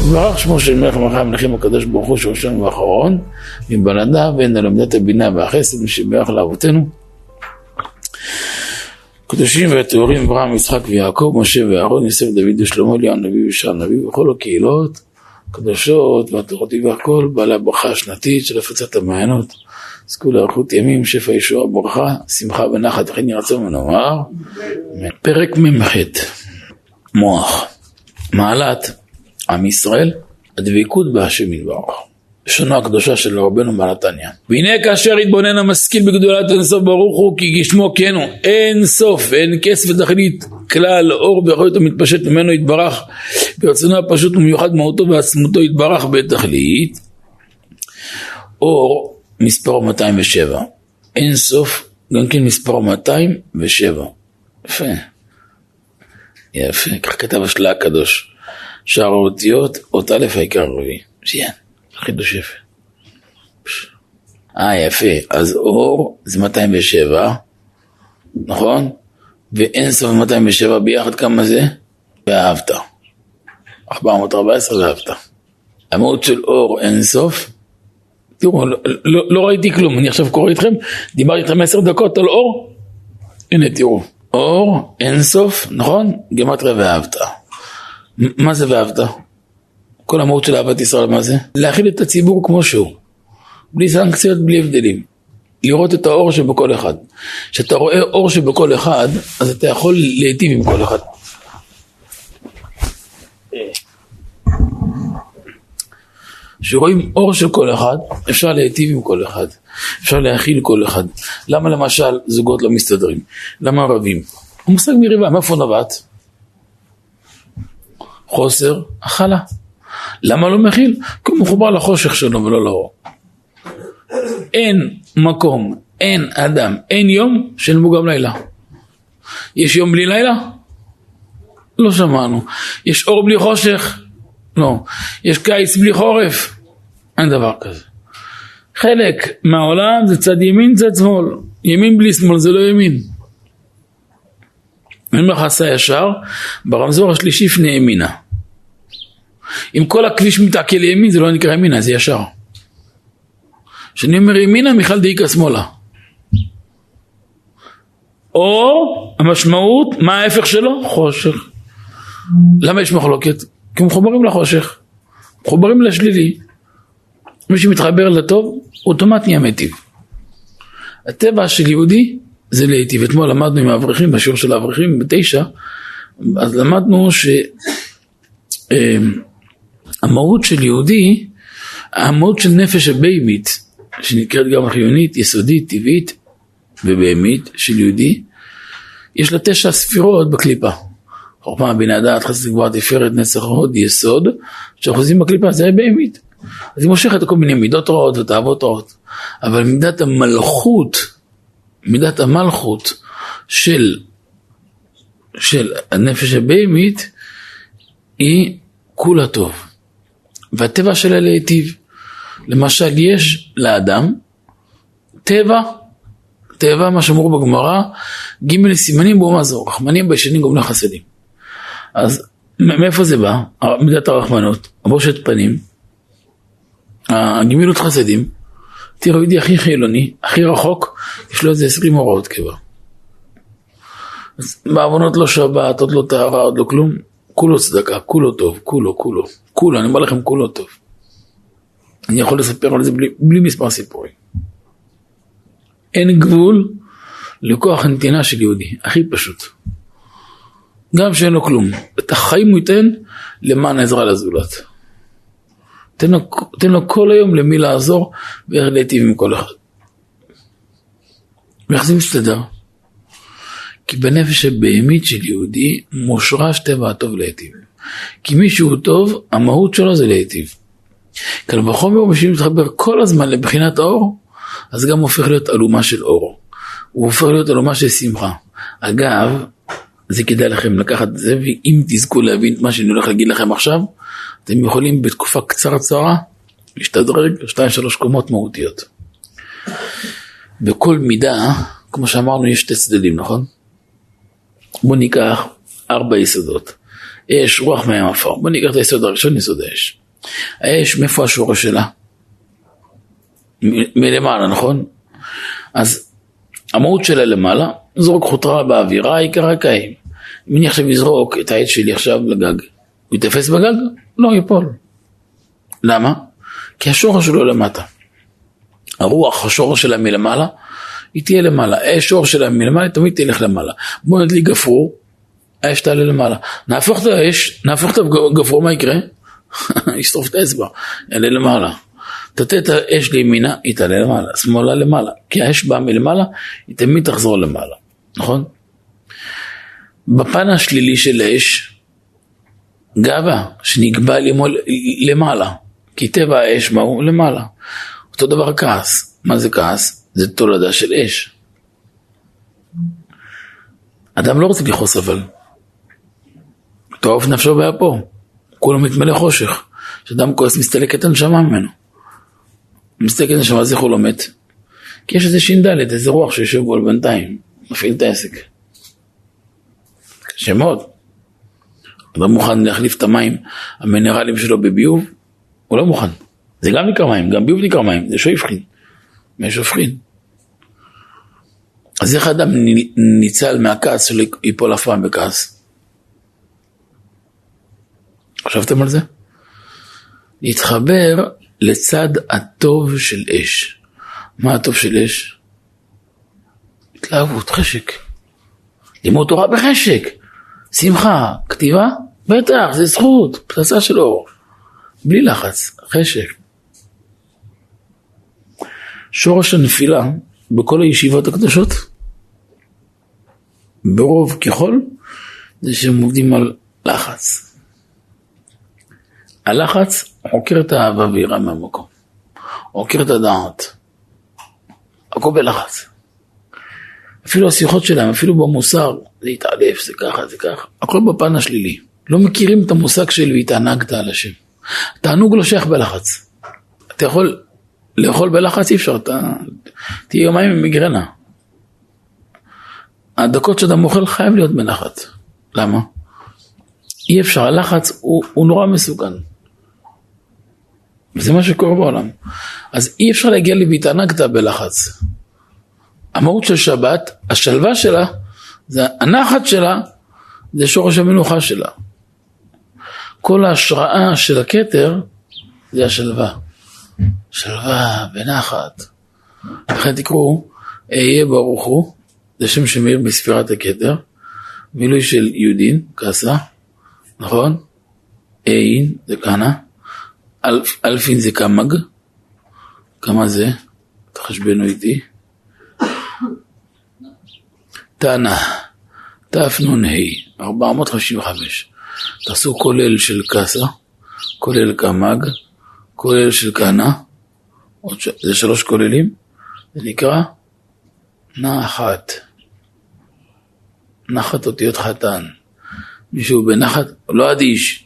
ברך שמו של מלך המלכים המלכים הקדוש ברוך הוא שראשון ואחרון מבלעדיו ואין ללמדת הבינה והחסד משבח לאבותינו קדושים והטהורים אברהם יצחק ויעקב משה ואהרון יוסף דוד ושלמה אליהו הנביא וישעיה הנביא וכל הקהילות קדושות והטהורות והכל בעלי הברכה השנתית של הפצת המעיינות זכו לאריכות ימים שפע ישועה ברכה שמחה ונחת וכן יהי רצון ונאמר פרק מ"ח מוח מעלת עם ישראל הדבקות בהשם יתברך שונו הקדושה של רבנו בעל התניא והנה כאשר התבונן המשכיל בגדולת אין סוף ברוך הוא כי כשמו כן הוא אין סוף ואין כסף ותכלית כלל אור ויכולת המתפשט ממנו יתברך ברצונו הפשוט ומיוחד מהותו ועצמותו יתברך בתכלית אור מספרו 207 אין סוף גם כן מספרו 207 יפה יפה כך כתב השלה הקדוש שער האותיות אות א' העיקר הרביעי שיין חידוש יפה יפה אז אור זה 207 נכון ואין סוף 207 ביחד כמה זה ואהבת 414 ואהבת המהות של אור אין סוף תראו לא ראיתי כלום אני עכשיו קורא איתכם דיברתי איתכם 10 דקות על אור הנה תראו אור אין סוף נכון גמטריה ואהבת מה זה ואהבת? כל המהות של אהבת ישראל מה זה? להכיל את הציבור כמו שהוא בלי סנקציות בלי הבדלים לראות את האור שבכל אחד כשאתה רואה אור שבכל אחד אז אתה יכול להיטיב עם כל אחד כשרואים אור של כל אחד אפשר להיטיב עם כל אחד אפשר להכיל כל אחד למה למשל זוגות לא מסתדרים? למה רבים? הוא מושג מריבה מאיפה נבט? חוסר הכלה למה לא מכיל? כי הוא מחובר לחושך שלו ולא לאור אין מקום אין אדם אין יום שאין גם לילה יש יום בלי לילה? לא שמענו יש אור בלי חושך? לא יש קיץ בלי חורף? אין דבר כזה חלק מהעולם זה צד ימין צד שמאל ימין בלי שמאל זה לא ימין אני אומר לך עשה ישר ברמזור השלישי פני ימינה אם כל הכביש מתעקל לימין זה לא נקרא ימינה זה ישר כשאני אומר ימינה מיכל דאיקה שמאלה או המשמעות מה ההפך שלו? חושך למה יש מחלוקת? כי מחוברים לחושך מחוברים לשלילי מי שמתחבר לטוב אוטומט נהיה מיטיב הטבע של יהודי זה להיטיב אתמול למדנו עם האברכים בשיעור של האברכים ב9 אז למדנו שהמהות של יהודי המהות של נפש הבהמית שנקראת גם חיונית יסודית טבעית ובהמית של יהודי יש לה 9 ספירות בקליפה חוכמה בינה דעת חסד גבורה תפארת נצח הוד יסוד שאחוזים בקליפה זה בהמית אז היא מושכת כל מיני מידות רעות ותאוות רעות אבל מידת המלכות של הנפש הבהמית היא כולה טוב והטבע שלה להיטיב למשל יש לאדם טבע מה שאמרו בגמרא ג' סימנים בו מזור רחמנים בישנים גומלי חסדים אז מאיפה זה בא? מידת הרחמנות הבושת פנים הגמילות חסדים תראו יהודי הכי חילוני הכי רחוק יש לו איזה 20 הוראות קבע אז בעוונות לא שבת עוד לא טהרה עוד לא כלום כולו צדקה כולו טוב כולו אני אומר לכם כולו טוב אני יכול לספר על זה בלי מספר סיפורים אין גבול לכוח הנתינה של יהודי הכי פשוט גם שאין לו כלום את החיים הוא ייתן למען העזרה לזולת תן לו כל היום למי לעזור ואיך להיטיב עם כל אחד ואיך זה מסתדר? כי בנפש הבהמית של יהודי מושרש טבע הטוב להיטיב כי מי שהוא טוב המהות שלו זה להיטיב כאן בחומר מי שמתחבר כל הזמן לבחינת האור אז גם הופך להיות אלומה של אור הוא הופך להיות אלומה של שמחה אגב זה כדאי לכם לקחת את זה ואם תזכו להבין מה שאני הולך להגיד לכם עכשיו אתם יכולים בתקופה קצרה להשתדרג 2-3 קומות מהותיות בכל מידה כמו שאמרנו יש 2 צדדים נכון? בואו ניקח 4 יסודות אש, רוח, מים, עפר. בוא ניקח את היסוד הראשון, יסוד האש. האש, מאיפה השורש שלה? מלמעלה, נכון? אז המהות שלה למעלה, זרוק חוטרה באווירה, העיקר הקיים. אם אני עכשיו אזרוק את העץ שלי עכשיו לגג, הוא יתפס בגג? לא, ייפול. למה? כי השורש שלו למטה. הרוח, השורש שלה מלמעלה, היא תהיה למעלה. השורש שלה מלמעלה, היא תמיד תלך למעלה. בוא נדליק גפרור, האש תעלה למעלה. נהפוך את האש, נהפוך את הגפרור, מה יקרה? ישטוף את האצבע, יעלה למעלה. תתת את האש לימינה, היא תעלה למעלה, שמאלה למעלה. כי האש באה מלמעלה, היא תמיד תחזור למעלה. נכון? בפן השלילי של האש, גאווה שנקבע למעלה. כי טבע האש מהו למעלה. אותו דבר כעס. מה זה כעס? זה תולדה של אש. אדם לא רוצה לכעוס אבל. תעוף נפשו באפו. כולו מתמלא חושך. כשאדם כועס מסתלקת הנשמה ממנו. מסתלקת הנשמה, אז איך הוא לא מת? כי יש איזה שינדלת, איזה רוח שיושב בו על בינתיים. מפעיל את העסק. קשה מאוד. אדם מוכן להחליף את המים המינרלים שלו בביוב, הוא לא מוכן. זה גם נקרא מים, גם ביוב נקרא מים, זה שופכין. מי שופכין. אז איך אדם ניצל מהכעס שלו ייפול אף פעם בכעס? חשבתם על זה? להתחבר לצד הטוב של אש. מה הטוב של אש? התלהבות, חשק. לימוד תורה בחשק. שמחה, כתיבה, בטח, זה זכות, פצצה של אור. בלי לחץ, חשק. שורש הנפילה בכל הישיבות הקדושות, ברוב ככל, זה שהם עובדים על לחץ. הלחץ עוקר את האהבה ויראה מהמקום. עוקר את הדעת. הכל בלחץ. אפילו השיחות שלהם, אפילו במוסר, זה יתעלף, זה ככה, זה ככה. הכל בפן השלילי. לא מכירים את המושג של והתענגת על השם. תענוג לא שייך בלחץ. אתה יכול לאכול בלחץ, אי אפשר, תהיה יומיים עם מגרנה. הדקות שאתה מוכל חייב להיות בלחץ. למה? אי אפשר, הלחץ הוא נורא מסוכן. וזה מה שקורה בעולם. אז אי אפשר להגיע לי והתענגת בלחץ. המהות של שבת, השלווה שלה, זה הנחת שלה, זה שורש המנוחה שלה. כל ההשראה של הכתר, זה השלווה. שלווה ונחת. לכן תקראו, אהיה ברוך הוא, זה שם שמאיר בספירת הכתר, מילוי של יודין, כעסה, נכון? אין, זה כנה, אלפין זה כמג, כמה זה? תחשבנו איתי. תענה, תפנון הי, 455. תעשו כולל של כסה, כולל כמג, כולל של כנה, זה 3 כוללים, זה נקרא נחת. נחת אותיות חתן. מישהו בנחת, לא אדיש.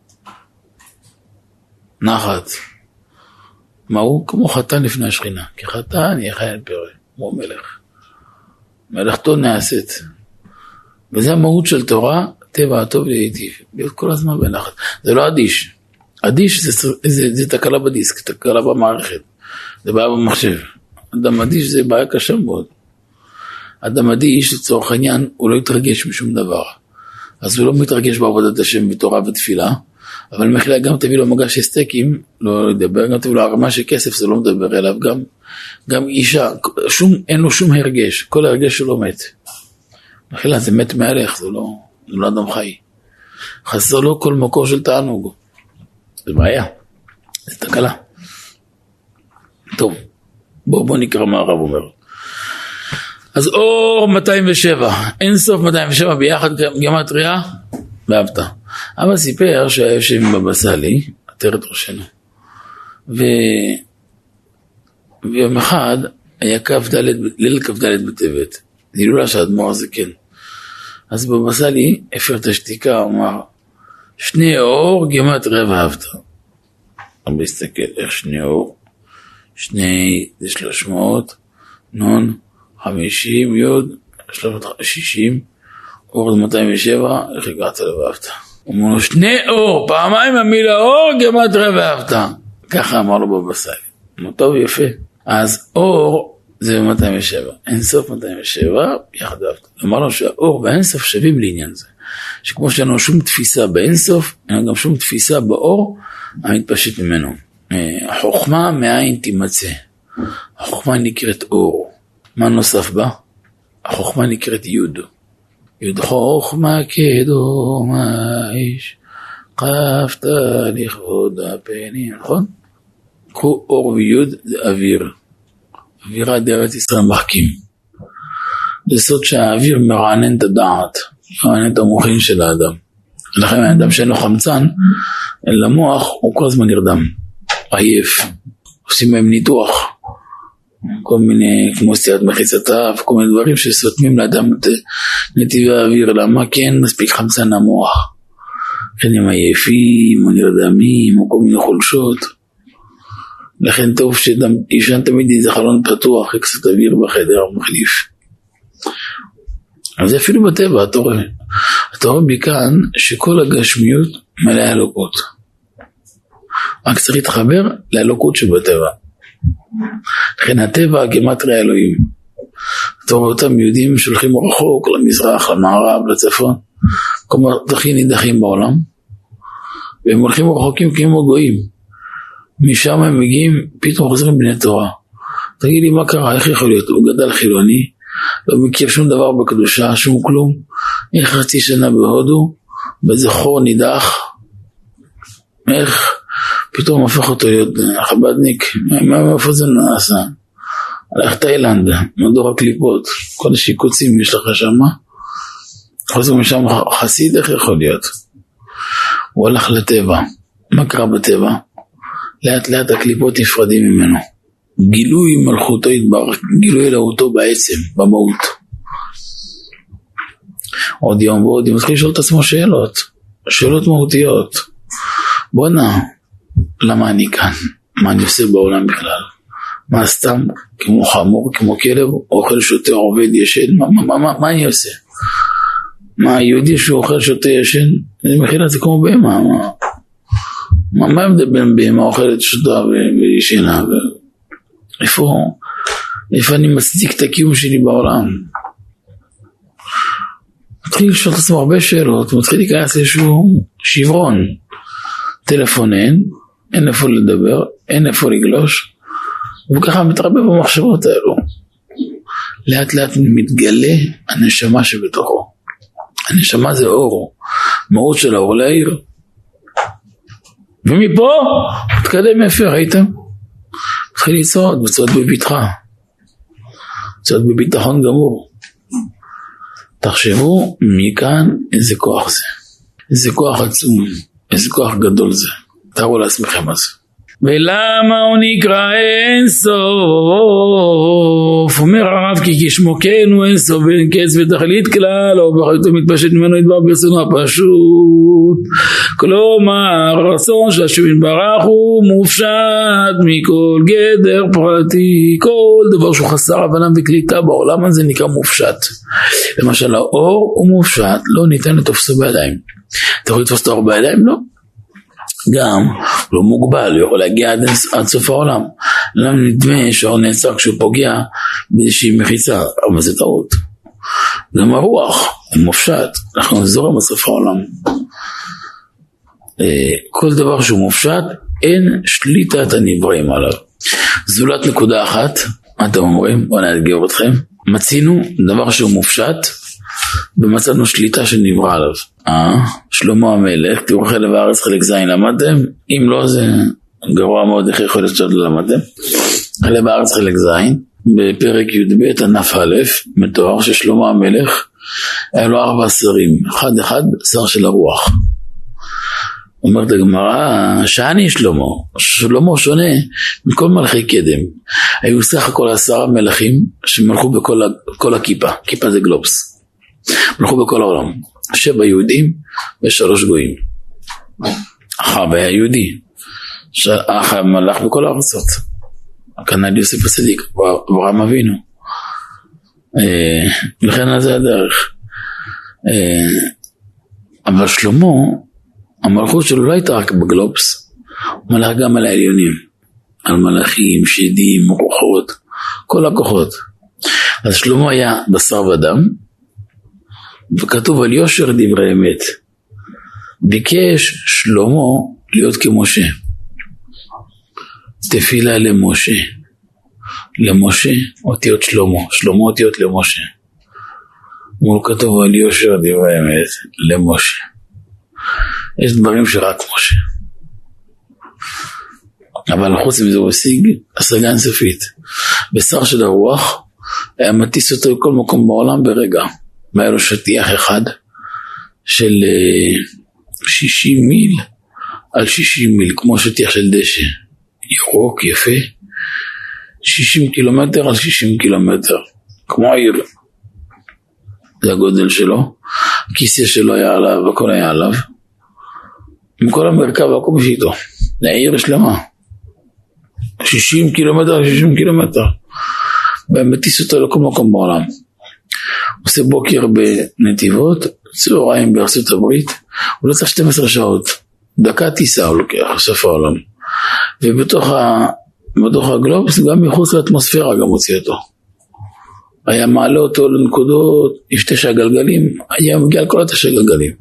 נחת. מהו? כמו חתן לפני השכינה. כי חתן יחיה פרא, כמו מלך. מלכתו נעשית. וזה המהות של תורה, טבע הטוב להיטיב. להיות כל הזמן בנחת. זה לא אדיש. אדיש זה תקלה בדיסק, תקלה במערכת. זה בעיה במחשב. אדם אדיש זה בעיה קשה מאוד. אדם אדיש לצורך העניין, הוא לא יתרגש משום דבר. אז הוא לא מתרגש בעבודת השם בתורה ותפילה, אבל מחילה גם תביא לו מגש סטייקים, לא לדבר, גם תביא לו הרמה של כסף, זה לא מדבר אליו, גם אישה, אין לו שום הרגש, כל הרגש שלו מת. מחילה, זה מת מהלך, זה לא אדם חי. חסר לו כל מקור של תענוג. זה בעיה, זה תקלה. טוב, בוא נקרא מה הרב אומר. אז אור 207, אין סוף 207 ביחד גמטריה ואהבת. אבא סיפר שהיה יושב עם בבא סאלי, עטרת ראשנו, ויום אחד היה ליל כ"ד בטבת, הילולה של האדמו"ר הזקן. אז בבא סאלי הפר את השתיקה, אמר, 2 אור גמטריה ואהבת. אבא הסתכל, איך 2 אור? 2 זה 300, נון 50, יוד 360, אור 207, איך הגעת לבאהבת? הוא אומר לו, שני אור, פעמיים המילה אור, גמטריה ואהבת. ככה אמר לו בבא סאלי. אמר, טוב, יפה. אז אור זה 207. אינסוף 207, יחד אהבת. אמר לו שהאור והאינסוף שווים לעניין זה. שכמו שאין לו שום תפיסה באינסוף, אין לו גם שום תפיסה באור, המתפשט ממנו. החוכמה מאין תימצא. החוכמה נקראת אור. מה נוסף בה? החוכמה נקראת יוד. יוד חוכמה כדום האיש, קפת לכבוד הפנים, נכון? קחו אור ויוד זה אוויר. אווירה דארץ ישראל מחכים. זה סוד שהאוויר מרענן את הדעת, מרענן את המוחין של האדם. לכן האדם שאין לו חמצן, אין למוח, הוא כל הזמן נרדם. עייף. עושים מהם ניתוח. כל מיני, כמו סטיית מחיצתה, וכל מיני דברים שסותמים לאדם את נתיבי האוויר. למה? כי אין מספיק חמצן למוח. כן, הם עייפים, או נרדמים, או כל מיני חולשות. לכן טוב שישן תמיד איזה חלון פתוח, קצת אוויר בחדר מחליף. אז זה אפילו בטבע, אתה רואה מכאן שכל הגשמיות מלאה אלוקות. רק צריך להתחבר לאלוקות שבטבע. לכן הטבע גמטריה אלוהים. אתה רואה אותם יהודים שהולכים רחוק, למזרח, למערב, לצפון, כלומר דחים נידחים בעולם, והם הולכים רחוקים כמו גויים. משם הם מגיעים, פתאום חוזרים בני תורה. תגיד לי מה קרה, איך יכול להיות? הוא גדל חילוני, לא מכיר שום דבר בקדושה, שום כלום, איך חצי שנה בהודו, באיזה חור נידח, איך פתאום הפך אותו להיות חבדניק, מאיפה זה נעשה? הלך תאילנד, מדור הקליפות, כל השיקוצים יש לך שמה, חוזר משם חסיד, איך יכול להיות? הוא הלך לטבע, מה קרה בטבע? לאט לאט הקליפות נפרדים ממנו, גילוי מלכותו יתברך, גילוי אלוהותו בעצם, במהות. עוד יום ועוד יום, מתחיל לשאול את עצמו שאלות מהותיות. בוא'נה, למה אני כאן? מה אני עושה בעולם בכלל? מה סתם? כמו חמור, כמו כלב, אוכל שותה, עובד, ישן, מה אני עושה? מה היהודי שהוא אוכל שותה, ישן? זה מחילה, זה כמו בהמה, מה הבדל בין בהמה אוכלת שותה וישנה? איפה אני מצדיק את הקיום שלי בעולם? מתחיל לשאול את עצמו הרבה שאלות, מתחיל להיכנס איזשהו שברון. טלפון אין איפה לדבר, אין איפה לגלוש, וככה מתרבה במחשבות האלו. לאט לאט מתגלה הנשמה שבתוכו. הנשמה זה אור, מהות של האור לעיר. ומפה תקדם יפה, ראיתם? מתחיל לצעוד, וצעוד בביטחה. צעוד בביטחון גמור. תחשבו מכאן איזה כוח זה. איזה כוח עצום, איזה כוח גדול זה. תארו לעצמכם על זה. ולמה הוא נקרא אין סוף? אומר הרב כי כשמו כן הוא אין סוף ואין קץ ותכלית כלל, או בחייתו מתפשט ממנו ידבר ברצונו הפשוט. כלומר הרצון של השם יתברך הוא מופשט מכל גדר פרטי. כל דבר שהוא חסר הבנה וקליטה בעולם הזה נקרא מופשט. למשל האור הוא מופשט, לא ניתן לתופסו בידיים. אתה יכול לתפוס את האור בידיים? לא. גם לא מוגבל, הוא יכול להגיע עד סוף העולם. למה נדמה שהאור נעצר כשהוא פוגע באיזושהי מחיצה, אבל זה טעות. גם הרוח הוא מופשט, אנחנו נזורם בסוף העולם. כל דבר שהוא מופשט, אין שליטת הנבראים עליו. זולת נקודה אחת, מה אתם אומרים? בואו נאתגר אתכם. מצינו דבר שהוא מופשט, ומצאנו שליטה שנברא עליו. שלמה המלך, תראו חלק הארץ חלק זין למדתם? אם לא זה גרוע מאוד, איך יכול להיות שעוד לא למדתם? חלק הארץ חלק זין, בפרק י"ב ענף א', מתואר ששלמה המלך היה לו 4 שרים, אחד שר של הרוח. אומרת הגמרא, שאני שלמה שונה מכל מלכי קדם. היו סך הכל 10 מלכים שמלכו בכל הכיפה, כיפה זה גלובס. מלכו בכל העולם, 7 יהודים ו3 גויים. אחאב היה יהודי, אחאב מלך בכל הארצות, כנ"ל יוסף הצדיק, אברהם אבינו, לכן זה הדרך. אבל שלמה המלכות שלו לא הייתה רק בגלובס, הוא מלך גם על העליונים, על מלאכים, שדים, רוחות, כל הכוחות. אז שלמה היה בשר ודם, וכתוב על יושר דברי אמת. ביקש שלמה להיות כמשה. תפילה למשה. למשה אותיות שלמה, שלמה אותיות למשה. מול כתוב על יושר דברי אמת למשה. יש דברים שרק משה. אבל חוץ מזה הוא השיג השגה אינסופית. בשר של הרוח היה מטיס אותו לכל מקום בעולם ברגע. והיה לו שטיח אחד של 60 מיל על 60 מיל, כמו שטיח של דשא. ירוק, יפה. 60 קילומטר על 60 קילומטר. כמו העיר. זה הגודל שלו. הכיסא שלו היה עליו, הכל היה עליו. עם כל המרכב, הכל בשביתו. זה העיר שלמה. 60 קילומטר על 60 קילומטר. ומטיס אותו לכל מקום בעולם. עושה בוקר בנתיבות, צהריים בארצות הברית, הוא לא צריך 12 שעות, דקה טיסה הוא לוקח, סוף העולם. ובתוך הגלובס, גם מחוץ לאטמוספירה גם הוציא אותו. היה מעלה אותו לנקודות, יש 9 גלגלים, היה מגיע על כל 9 גלגלים.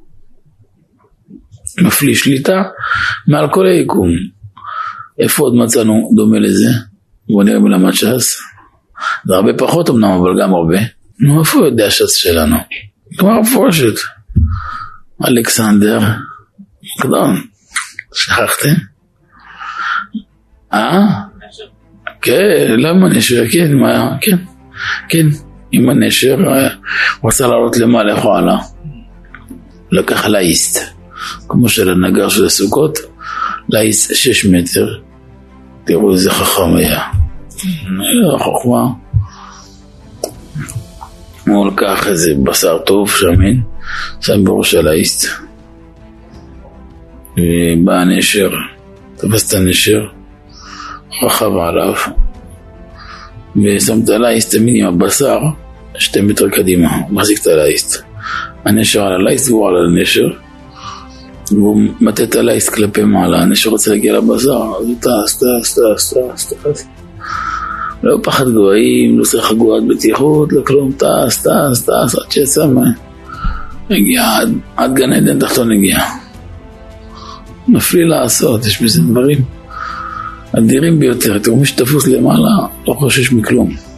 מפליא שליטה, מעל כל היקום. איפה עוד מצאנו דומה לזה? בוא נראה מלמד ש"ס. זה הרבה פחות אמנם, אבל גם הרבה. נו, איפה יודע ש"ס שלנו? כבר פורשת. אלכסנדר מקדון. שכחתם? כן, למה נשר? כן, מה? כן. כן, עם הנשר הוא רצה לעלות למעלה, איך הוא עלה? לקח לאיסט. כמו של הנגר של הסוכות, לאיסט 6 מטר. תראו איזה חכם היה. חוכמה. הוא לקח איזה בשר טוב שמן, שם בראש על האיסט. ובא הנשר, תפס את הנשר, רכב עליו, ושמת על האיסט תמיד עם הבשר 2 מטר קדימה, הוא מחזיק את האיסט. הנשר על האיסט והוא על הנשר, והוא מתת על האיסט כלפי מעלה, הנשר רוצה להגיע לבשר, אז הוא טס. לא פחד גבוהים, לא צריך חגורת בטיחות, לא כלום, טס, עד שיצא הגיע, עד גן עדן תחתון הגיע. מפליא לעשות, יש בזה דברים אדירים ביותר. תראו מי שתפוס למעלה, לא חושש מכלום.